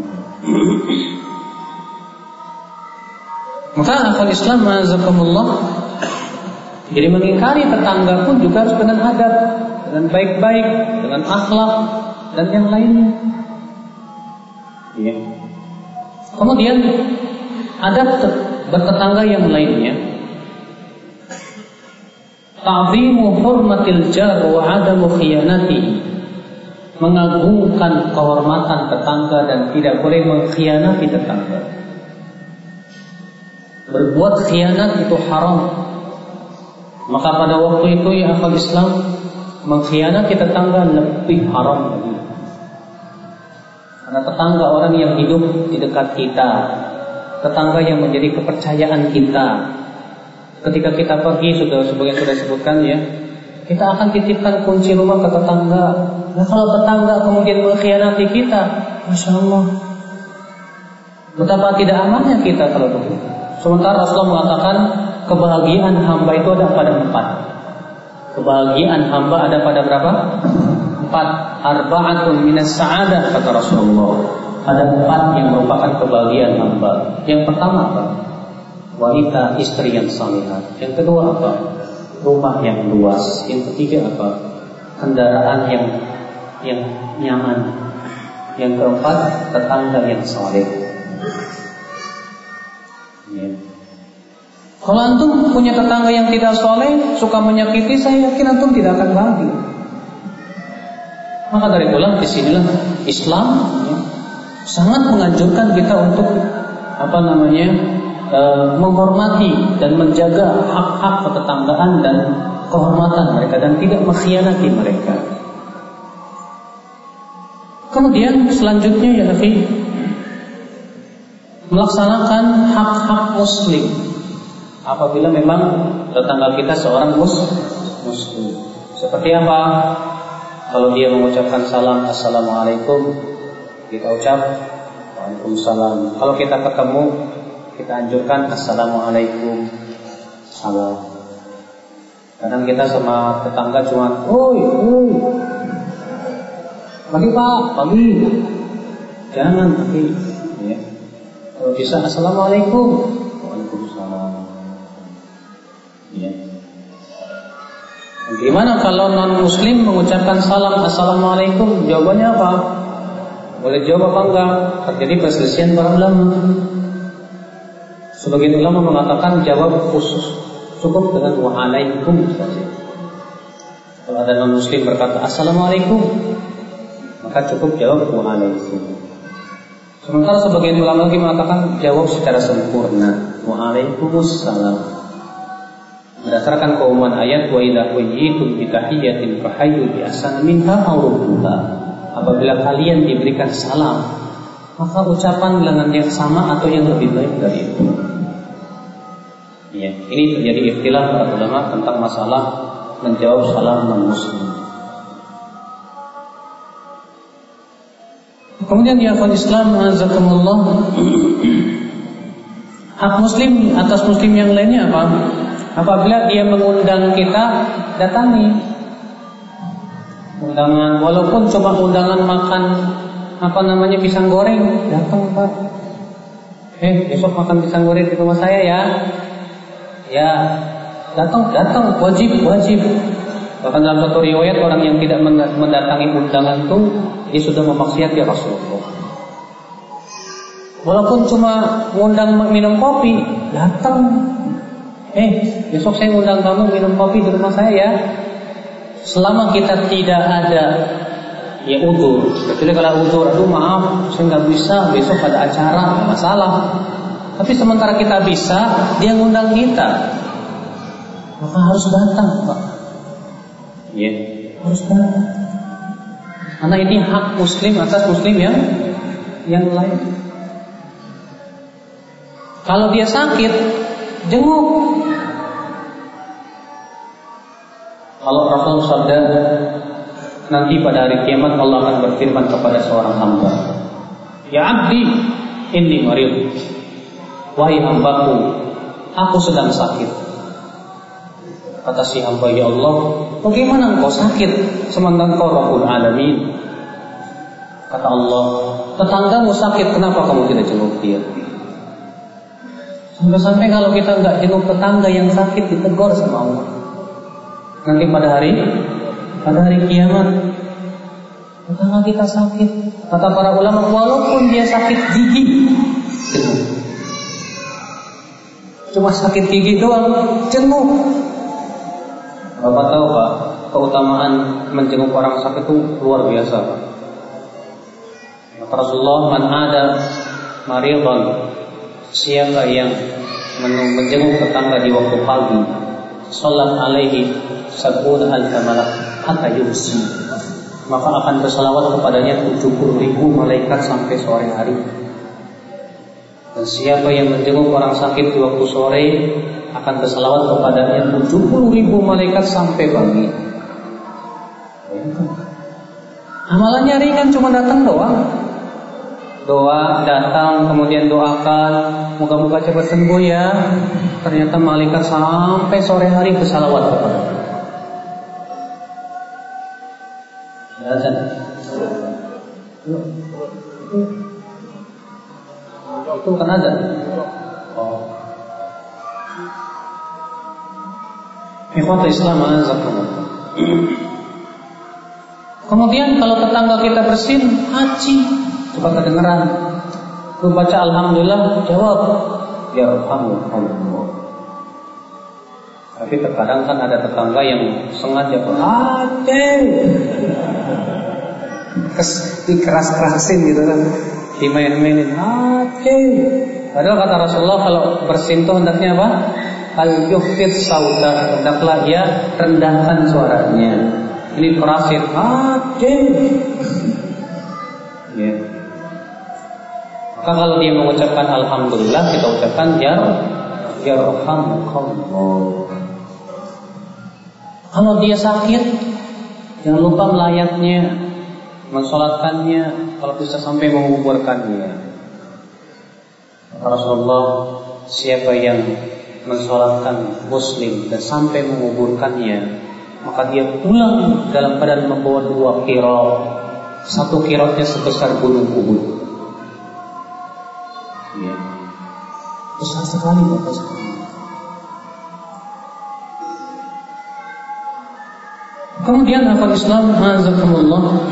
Maka akal Islam mazakumullah, jadi mengingkari tetangga pun juga harus dengan adab, dengan baik-baik, dengan akhlak dan yang lainnya. Ya. Kemudian adab bertetangga yang lainnya, ta'zimu hurmatil jar wa adamu khiyanati, mengagungkan kehormatan tetangga dan tidak boleh mengkhianati tetangga. Berbuat khianat itu haram. Maka pada waktu itu ya akal Islam, mengkhianati tetangga lebih haram lagi. Karena tetangga orang yang hidup di dekat kita, tetangga yang menjadi kepercayaan kita. Ketika kita pergi, sudah sebagai sudah sebutkan ya, kita akan titipkan kunci rumah ke tetangga. Nah kalau tetangga kemudian mengkhianati kita, Masya Allah, betapa tidak amannya kita kalau begitu. Sementara Rasulullah mengatakan kebahagiaan hamba itu ada pada empat. Kebahagiaan hamba ada pada berapa? Empat. Arba'atun minas sa'adah, kata Rasulullah. Ada empat yang merupakan kebahagiaan hamba. Yang pertama apa? Wanita istri yang salihah. Yang kedua apa? Rumah yang luas. Yang ketiga apa? Kendaraan yang yang nyaman. Yang keempat, tetangga yang saleh. Ya. Kalau antum punya tetangga yang tidak soleh, suka menyakiti, saya yakin antum tidak akan bahagia. Maka dari itulah disinilah Islam ya, sangat menganjurkan kita untuk apa namanya e, menghormati dan menjaga hak-hak ketetanggaan dan kehormatan mereka dan tidak mengkhianati mereka. Kemudian selanjutnya ya akhi, melaksanakan hak-hak muslim apabila memang tetangga kita seorang mus muslim. Seperti apa? Kalau dia mengucapkan salam assalamualaikum, kita ucap waalaikumsalam. Kalau kita ketemu, kita anjurkan assalamualaikum salam. Kadang kita sama tetangga cuma oi oi pagi pak pagi, jangan pagi ya. Kalau bisa assalamualaikum, waalaikumsalam ya. Gimana kalau non muslim mengucapkan salam assalamualaikum, jawabannya apa? Boleh jawab apa enggak? Terjadi perselisihan para ulama. Sebagian ulama mengatakan jawab khusus cukup dengan waalaikum saja. Kalau ada non muslim berkata assalamualaikum, maka cukup jawab waalaikum. Sementara sebagian ulama lagi mengatakan jawab secara sempurna waalaikumsalam. Berdasarkan keumuman ayat wa idza quyitum bi tahiyyatin fahayyu bi ahsana minha aw rudduha. Apabila kalian diberikan salam, maka ucapan dengan yang sama atau yang lebih baik dari itu. Ya, ini terjadi ikhtilaf para ulama tentang masalah menjawab salam non-muslim. Kemudian ya akhwat Islam azakumullah, hak muslim atas muslim yang lainnya apa? Apabila dia mengundang kita, datangi undangan, walaupun cuma undangan makan apa namanya pisang goreng, datang pak. Eh besok makan pisang goreng di rumah saya ya. Ya datang datang wajib wajib. Bahkan dalam satu riwayat orang yang tidak mendatangi undangan itu dia sudah memaksiati Rasulullah. Walaupun cuma ngundang minum kopi, datang. Eh, besok saya undang kamu minum kopi di rumah saya ya. Selama kita tidak ada ya udzur, kecuali kalau udzur, aduh maaf, saya nggak bisa, besok ada acara, nggak masalah. Tapi sementara kita bisa, dia ngundang kita, maka harus datang, Pak. Ya, harus datang. Karena ini hak muslim atas muslim yang yang lain. Kalau dia sakit, jenguk. Kalau Rasul sabda, nanti pada hari kiamat Allah akan berfirman kepada seorang hamba, ya abdi, inni marid. Wahai hambaku, aku sedang sakit. Kata si hamba, ya Allah, bagaimana engkau sakit sementara engkau Rabbul Alamin? Kata Allah, tetanggamu sakit, kenapa kamu tidak jenguk dia? Sampai-sampai kalau kita nggak jenguk tetangga yang sakit, ditegur sama Allah. Nanti pada hari pada hari kiamat, tetangga kita sakit, kata para ulama, walaupun dia sakit gigi, jenguk. Cuma sakit gigi doang, jenguk. Bapak tahu Pak, keutamaan menjenguk orang sakit itu luar biasa Pak. Rasulullah, man ada maridan, siapa yang menjenguk tetangga di waktu pagi, salat alaihi sab'una alfa malak hatta yumsi, maka akan bersalawat kepadanya tujuh puluh ribu malaikat sampai sore hari. Dan siapa yang menjenguk orang sakit di waktu sore, akan bersalawat kepadanya tujuh puluh ribu malaikat sampai pagi. Amalannya ringan, cuma datang doang. Doa, datang, kemudian doakan, moga-moga cepat sembuh ya. Ternyata malaikat sampai sore hari bersalawat kepada ya, azan. Itu bukan azan. Oh. Ikhwata Islam azakumullah. Kemudian kalau tetangga kita bersin, haji, coba kedengeran. Lu baca alhamdulillah, jawab ya alhamdulillah. Tapi terkadang kan ada tetangga yang sengaja haji, dikeras-kerasin gitu kan, dimain-mainin haji. Padahal kata Rasulullah kalau bersin itu hendaknya apa? Al-yukhfid saudah, hendaklah ia rendahkan suaranya. Ini kerasin haji. Ya. Maka kalau dia mengucapkan alhamdulillah, kita ucapkan ya yarhamukallah. Kalau dia sakit, jangan lupa melayatnya, mensolatkannya, kalau bisa sampai menguburkannya. Rasulullah, siapa yang mensolatkan muslim dan sampai menguburkannya, maka dia pulang dalam badan membawa dua qirah. Satu qirahnya sebesar gunung Uhud. Ya. Besar sekali Bapak sekalian. Kemudian akhwat Islam azakumullah,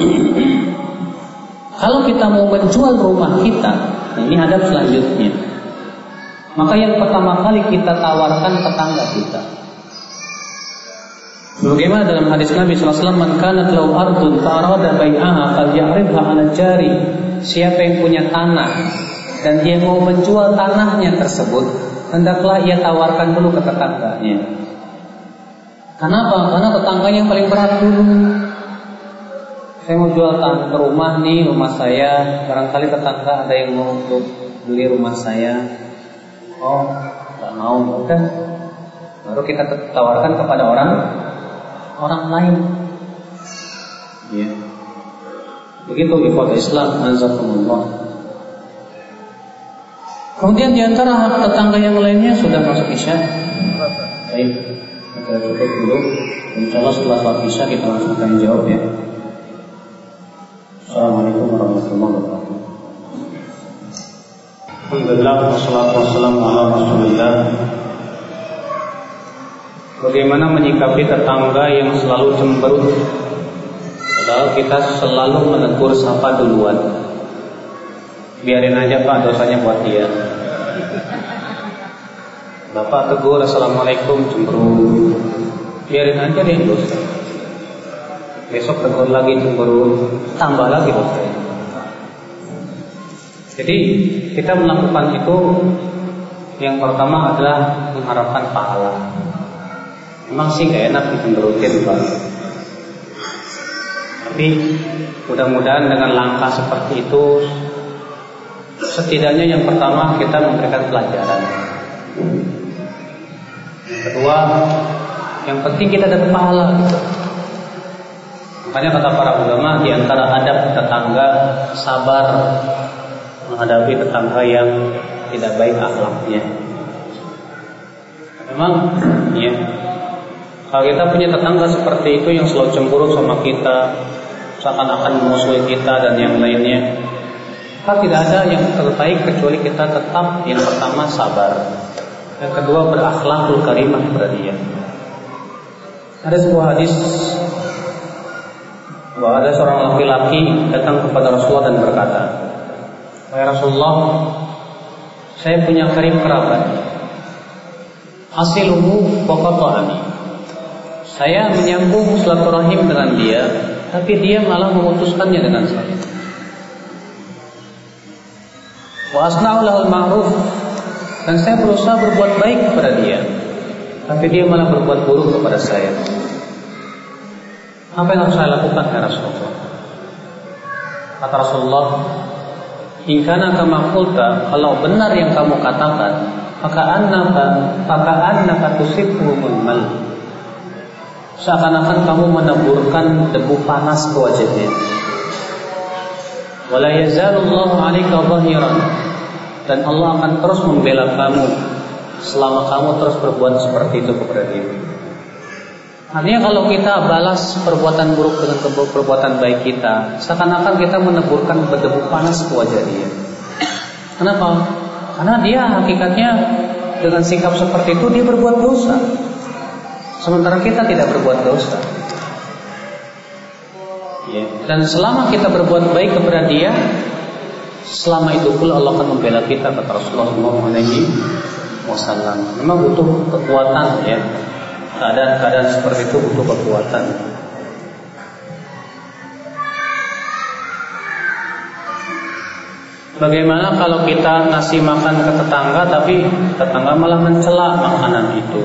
kalau kita mau menjual rumah kita, nah ini adab selanjutnya. Maka yang pertama kali kita tawarkan tetangga kita. Bagaimana dalam hadis Nabi sallallahu alaihi wasallam, "Man kanat lahu ardun farada bai'aha falya'ridha 'ala jari." Siapa yang punya tanah dan dia mau menjual tanahnya tersebut, hendaklah ia tawarkan dulu ke tetangganya. Kenapa? Karena tetangganya yang paling berat dulu. Saya mau jual tanah rumah nih, rumah saya. Barangkali tetangga ada yang mau untuk beli rumah saya. Oh, nggak mau, udah. Baru kita tawarkan kepada orang orang lain. Ya. Begitu ikhwat Islam azakumullah. Kemudian di antara tetangga yang lainnya sudah masuk isya. Baik. Kita tutup dulu. Insyaallah setelah sholat isya kita langsung akan jawab ya. Assalamualaikum warahmatullahi wabarakatuh. Alhamdulillah wassalatu wassalamu ala Rasulillah. Bagaimana menyikapi tetangga yang selalu cemberut, padahal kita selalu menegur sapa duluan. Biarin aja Pak, dosanya buat dia. Bapak tegur assalamualaikum, cemberut. Biarin aja deh dosa. Besok tegur lagi cemberut, tambah lagi dosa. Jadi kita melakukan itu, yang pertama adalah mengharapkan pahala. Memang sih gak enak dicemberutin Pak, tapi mudah-mudahan dengan langkah seperti itu, setidaknya yang pertama kita memberikan pelajaran. Yang kedua, yang penting kita dapat pahala gitu. Makanya kata para ulama, di antara adab tetangga, sabar menghadapi tetangga yang tidak baik akhlaknya. Memang ya, kalau kita punya tetangga seperti itu yang selalu cemburu sama kita, seakan-akan memusuhi kita dan yang lainnya, maka tidak ada yang terbaik kecuali kita tetap yang pertama sabar, yang kedua berakhlakul karimah kepada dia. Ada sebuah hadis bahwa ada seorang laki-laki datang kepada Rasulullah dan berkata, "Wahai Rasulullah, saya punya karib kerabat, asiluhu wa qata'ani." Saya menyambung silaturahim dengan dia, tapi dia malah memutuskannya dengan saya. Wa asna'u lahul ma'ruf, dan saya berusaha berbuat baik kepada dia, tapi dia malah berbuat buruk kepada saya. Apa yang harus saya lakukan ya Rasulullah? Kata Rasulullah, "In kana kama qulta," kalau benar yang kamu katakan, maka annaka maka annaka tusibhumul mal. Seakan-akan kamu meneburkan debu panas ke wajahnya. Wala yazalullahu 'alaika dhahiran, dan Allah akan terus membela kamu selama kamu terus berbuat seperti itu kepada dia. Artinya kalau kita balas perbuatan buruk dengan perbuatan baik kita, seakan-akan kita meneburkan berdebu panas ke wajah dia. Kenapa? Karena dia hakikatnya dengan sikap seperti itu dia berbuat dosa, sementara kita tidak berbuat dosa. Ya. Dan selama kita berbuat baik kepada dia, selama itu pula Allah akan membela kita, kata Rasulullah shallallahu alaihi wasallam. Memang butuh kekuatan, ya. Keadaan-keadaan seperti itu butuh kekuatan. Bagaimana kalau kita ngasih makan ke tetangga, tapi tetangga malah mencela makanan itu?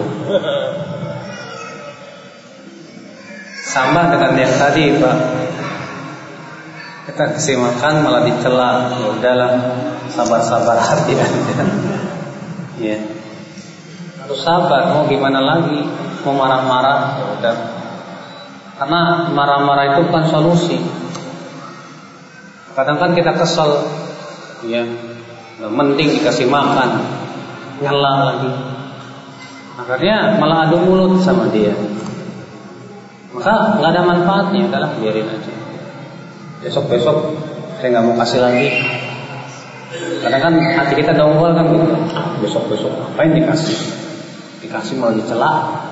Sama dengan yang tadi, Pak. Kita kasih makan malah dicela. Ya udahlah, sabar-sabar hati aja. Ya. Harus sabar, mau gimana lagi? Mau marah-marah, ya udah. Karena marah-marah itu bukan solusi. Kadang kan kita kesel, ya, mending dikasih makan, nyala lagi. Akhirnya malah adu mulut sama dia. Maka nggak ada manfaatnya, udahlah biarin aja. Besok-besok saya nggak mau kasih lagi. Kadang kan hati kita dongkol kan gitu. Besok-besok ngapain dikasih? Dikasih malah dicela.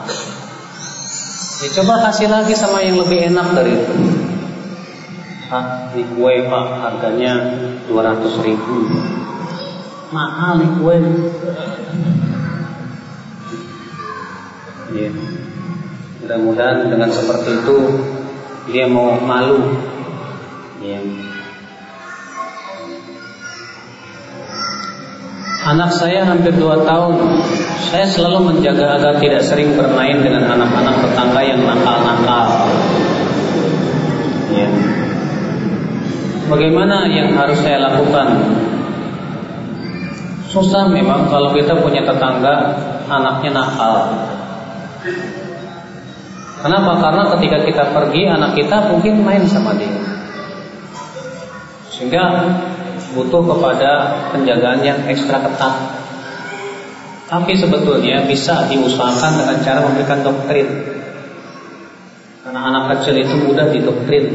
Ya coba kasih lagi sama yang lebih enak dari itu. Ah, ini kue Pak harganya dua ratus ribu. Mahal nih kue. Ya. Mudah-mudahan dengan seperti itu dia mau malu. Ya. Anak saya hampir dua tahun. Saya selalu menjaga agar tidak sering bermain dengan anak-anak tetangga yang nakal-nakal. Ya. Bagaimana yang harus saya lakukan? Susah memang kalau kita punya tetangga anaknya nakal. Kenapa? Karena ketika kita pergi, anak kita mungkin main sama dia, sehingga butuh kepada penjagaan yang ekstra ketat. Tapi sebetulnya bisa diusahakan dengan cara memberikan doktrin. Karena anak kecil itu mudah didoktrin.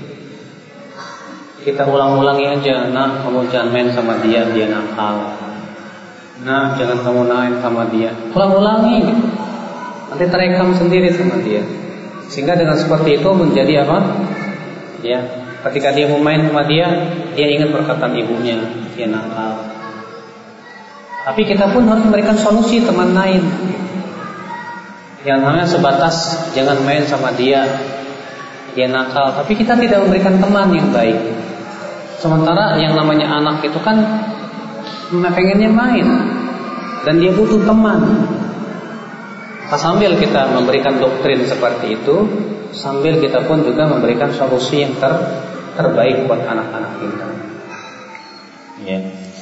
Kita ulang-ulangi aja, nah kamu jangan main sama dia, dia nakal. Nah jangan kamu main sama dia. Ulang-ulangi gitu. Nanti terekam sendiri sama dia. Sehingga dengan seperti itu menjadi apa? Ya, ketika dia mau main sama dia, dia ingat perkataan ibunya, dia nakal. Tapi kita pun harus memberikan solusi teman lain. Yang namanya sebatas jangan main sama dia, dia nakal. Tapi kita tidak memberikan teman yang baik. Sementara yang namanya anak itu kan pengennya main dan dia butuh teman. Maka sambil kita memberikan doktrin seperti itu, sambil kita pun juga memberikan solusi yang ter terbaik buat anak-anak kita. Ya.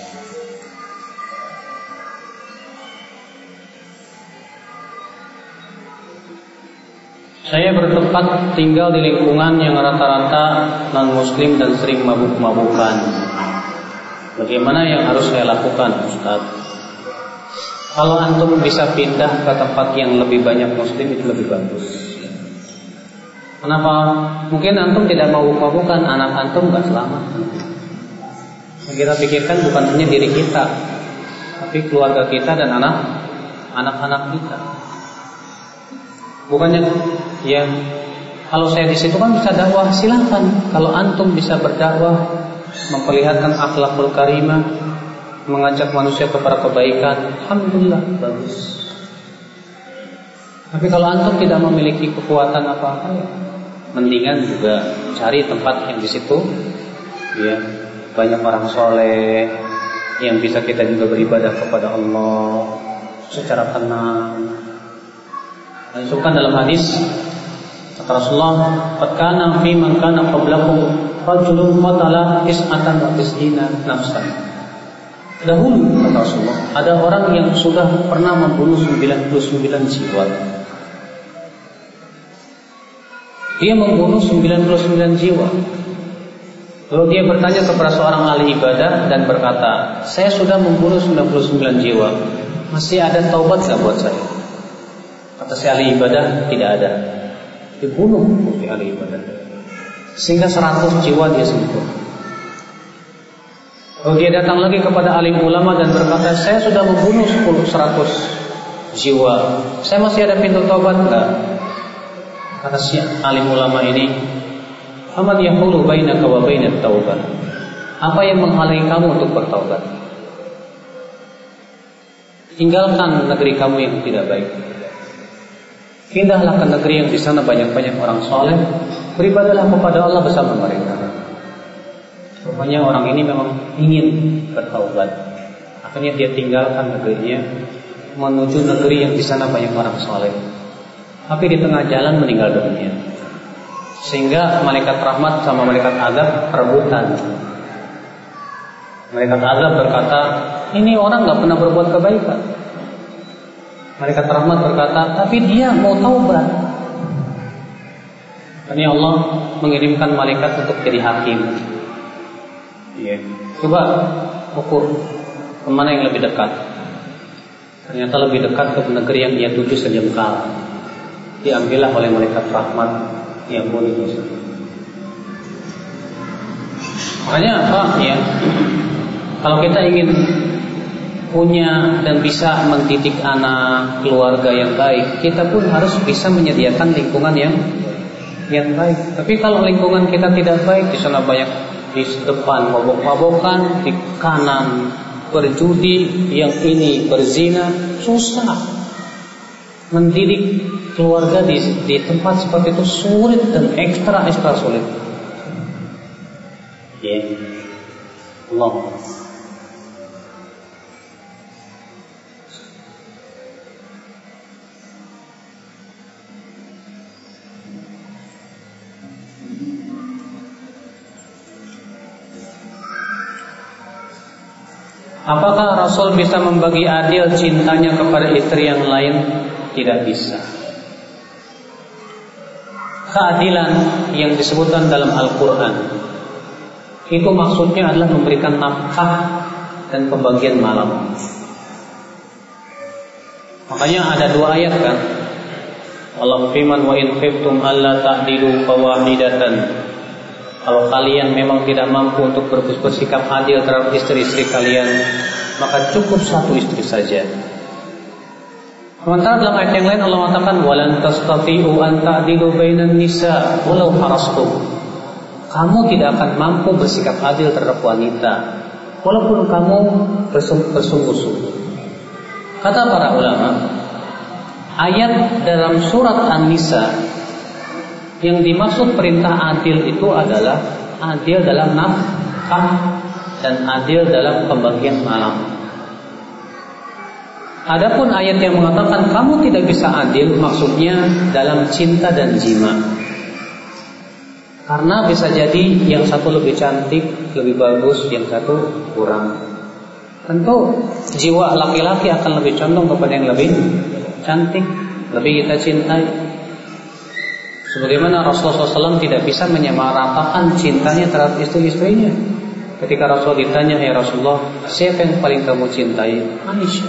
Saya bertempat tinggal di lingkungan yang rata-rata non-muslim dan sering mabuk-mabukan. Bagaimana yang harus saya lakukan, Ustaz? Kalau antum bisa pindah ke tempat yang lebih banyak muslim, itu lebih bagus. Kenapa? Mungkin antum tidak mabuk-mabukan, anak antum gak selamat. Yang kita pikirkan bukan hanya diri kita, tapi keluarga kita dan anak anak-anak kita. Bukannya ya, kalau saya di situ kan bisa dakwah, silakan. Kalau antum bisa berdakwah, memperlihatkan akhlakul karimah, mengajak manusia kepada kebaikan, alhamdulillah, bagus. Tapi kalau antum tidak memiliki kekuatan apa-apa, ya, mendingan juga cari tempat yang di situ, ya, banyak orang soleh yang bisa kita juga beribadah kepada Allah secara tenang. Disebutkan dalam hadis kata Rasulullah, "Qad kana fi man kana qablakum rajulun qatala tis'atan wa tis'ina nafsan." Dahulu kata Rasulullah, ada orang yang sudah pernah membunuh sembilan puluh sembilan jiwa. Dia membunuh sembilan puluh sembilan jiwa. Lalu dia bertanya kepada seorang ahli ibadah dan berkata, saya sudah membunuh sembilan puluh sembilan jiwa, masih ada taubat gak buat saya? Kata si ahli ibadah, tidak ada. Dibunuh si ahli ibadah sehingga seratus jiwa dia sembuh. Lalu dia datang lagi kepada alim ulama dan berkata, saya sudah membunuh sepuluh seratus jiwa, saya masih ada pintu taubat enggak? Kata si alim ulama ini, "Aman yahulu bainaka wa bainat taubat?" Apa yang menghalangi kamu untuk bertaubat? Tinggalkan negeri kamu yang tidak baik. Pindahlah ke negeri yang di sana banyak-banyak orang soleh, beribadahlah kepada Allah bersama mereka. Rupanya orang ini memang ingin bertaubat. Akhirnya dia tinggalkan negerinya, menuju negeri yang di sana banyak orang soleh. Tapi di tengah jalan meninggal dunia. Sehingga malaikat rahmat sama malaikat azab perebutan. Malaikat azab berkata, ini orang gak pernah berbuat kebaikan. Malaikat rahmat berkata, tapi dia mau taubat. Ini Allah mengirimkan malaikat untuk jadi hakim. Ya. Coba ukur kemana yang lebih dekat. Ternyata lebih dekat ke negeri yang dia tuju sejengkal. Diambillah oleh malaikat rahmat yang boleh dosa. Makanya apa ya? Kalau kita ingin punya dan bisa mendidik anak keluarga yang baik, kita pun harus bisa menyediakan lingkungan yang yang baik. Tapi kalau lingkungan kita tidak baik, di sana banyak di depan mabok-mabokan, di kanan berjudi, yang ini berzina, susah. Mendidik keluarga di, di tempat seperti itu sulit dan ekstra ekstra sulit. Ya, Allah. Apakah Rasul bisa membagi adil cintanya kepada istri yang lain? Tidak bisa. Keadilan yang disebutkan dalam Al-Quran itu maksudnya adalah memberikan nafkah dan pembagian malam. Makanya ada dua ayat kan, Allah firman, wa in khiftum alla ta'dilu fawahidatan. Kalau kalian memang tidak mampu untuk bersikap adil terhadap istri-istri kalian, maka cukup satu istri saja. Sementara dalam ayat yang lain Allah mengatakan, walan tastati'u an ta'dilu bainan nisa walau harastum. Kamu tidak akan mampu bersikap adil terhadap wanita walaupun kamu bersungguh-sungguh. Kata para ulama, ayat dalam surat An-Nisa yang dimaksud perintah adil itu adalah adil dalam nafkah dan adil dalam pembagian malam. Adapun ayat yang mengatakan kamu tidak bisa adil, maksudnya dalam cinta dan jima. Karena bisa jadi yang satu lebih cantik, lebih bagus, yang satu kurang. Tentu jiwa laki-laki akan lebih condong kepada yang lebih cantik, lebih kita cintai. Sebagaimana Rasulullah shallallahu alaihi wasallam tidak bisa menyamaratakan cintanya terhadap istri-istrinya. Ketika Rasul ditanya, ya Rasulullah, siapa yang paling kamu cintai? Aisyah.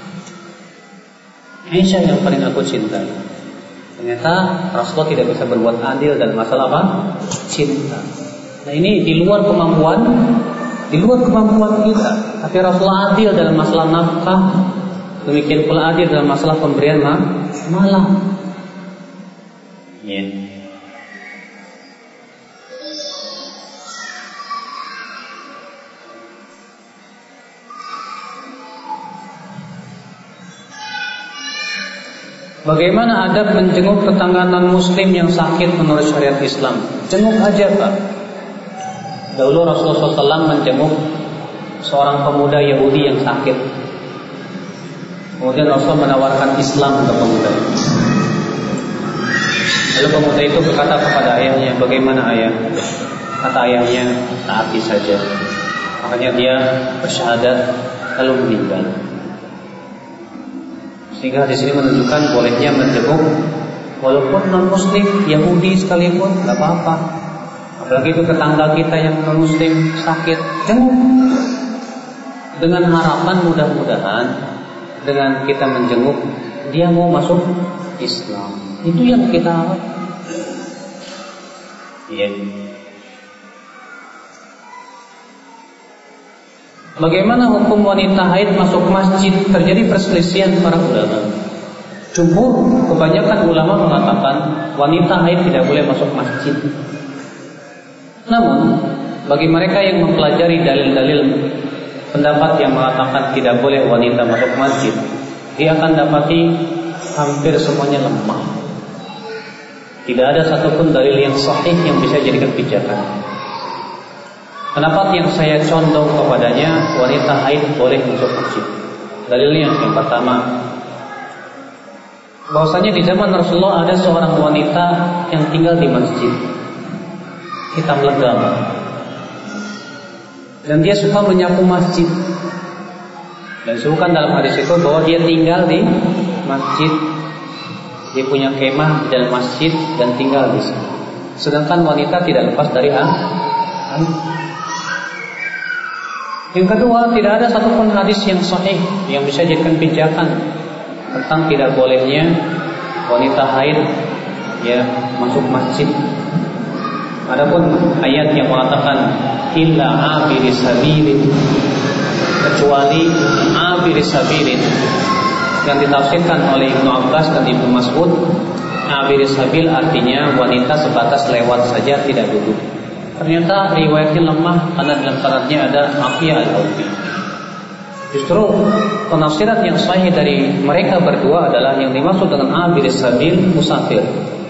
Aisyah yang paling aku cintai. Ternyata Rasulullah tidak bisa berbuat adil dalam masalah apa? Cinta. Nah ini di luar kemampuan, di luar kemampuan kita. Tapi Rasulullah adil dalam masalah nafkah, demikian pula adil dalam masalah pemberian malam. Ya. Bagaimana adab menjenguk tetangga non-muslim yang sakit menurut syariat Islam? Jenguk aja Pak. Dahulu Rasulullah shallallahu alaihi wasallam menjenguk seorang pemuda Yahudi yang sakit. Kemudian Rasul menawarkan Islam untuk pemuda itu. Lalu pemuda itu berkata kepada ayahnya, bagaimana ayah? Kata ayahnya, taati saja. Makanya dia bersyahadat lalu meninggal. Sehingga di sini menunjukkan bolehnya menjenguk walaupun non muslim, Yahudi sekalipun, nggak apa-apa. Begitu tetangga kita yang non-muslim sakit, jenguk. Dengan harapan mudah-mudahan dengan kita menjenguk dia mau masuk Islam. Itu yang kita harap. Iya. Bagaimana hukum wanita haid masuk masjid? Terjadi perselisihan para ulama. Jumhur, kebanyakan ulama mengatakan wanita haid tidak boleh masuk masjid. Namun, bagi mereka yang mempelajari dalil-dalil pendapat yang mengatakan tidak boleh wanita masuk masjid, dia akan dapati hampir semuanya lemah. Tidak ada satupun dalil yang sahih yang bisa jadikan pijakan. Pendapat yang saya condong kepadanya, wanita haid boleh masuk masjid. Dalilnya yang pertama, bahwasanya di zaman Rasulullah ada seorang wanita yang tinggal di masjid, hitam legam, dan dia suka menyapu masjid. Dan disebutkan dalam hadis itu bahwa dia tinggal di masjid, dia punya kemah di dalam masjid dan tinggal di situ. Sedangkan wanita tidak lepas dari haid. Yang kedua, tidak ada satupun hadis yang sahih yang bisa jadikan pijakan tentang tidak bolehnya wanita haid ya masuk masjid. Adapun ayat yang mengatakan illa abiris sabilin, kecuali abiris sabilin, yang ditafsirkan oleh Ibnu Abbas dan Ibnu Mas'ud, abiris sabil artinya wanita sebatas lewat saja, tidak duduk. Ternyata riwayatnya lemah karena dalam sanadnya ada Afiyah al-Aufi. Justru penafsiran yang sahih dari mereka berdua adalah yang dimaksud dengan abiris sabil musafir.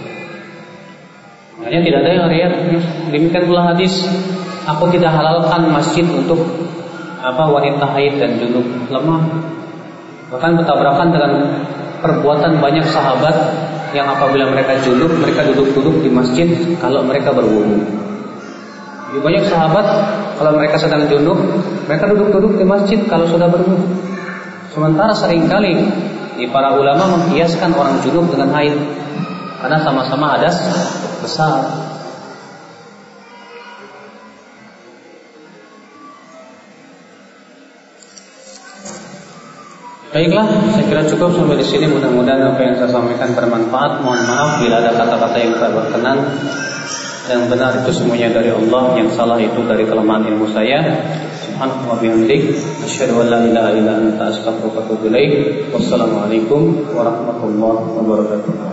Hanya tidak ada yang riwayat demikian pula hadis, aku tidak halalkan masjid untuk apa wanita haid dan junub, lemah. Bahkan bertabrakan dengan perbuatan banyak sahabat yang apabila mereka junub, mereka duduk-duduk di masjid kalau mereka berwudu. Banyak sahabat kalau mereka sedang junub, mereka duduk-duduk di masjid kalau sudah berwudu. Sementara seringkali di para ulama mengkiaskan orang junub dengan haid karena sama-sama hadas besar. Baiklah, saya kira cukup sampai di sini. Mudah-mudahan apa yang saya sampaikan bermanfaat. Mohon maaf bila ada kata-kata yang tak berkenan. Yang benar itu semuanya dari Allah, yang salah itu dari kelemahan ilmu saya. Subhanallahi wa bihamdihi, asyhadu an la ilaha illa anta, astaghfiruka wa atubu ilaik. Wassalamualaikum warahmatullahi wabarakatuh.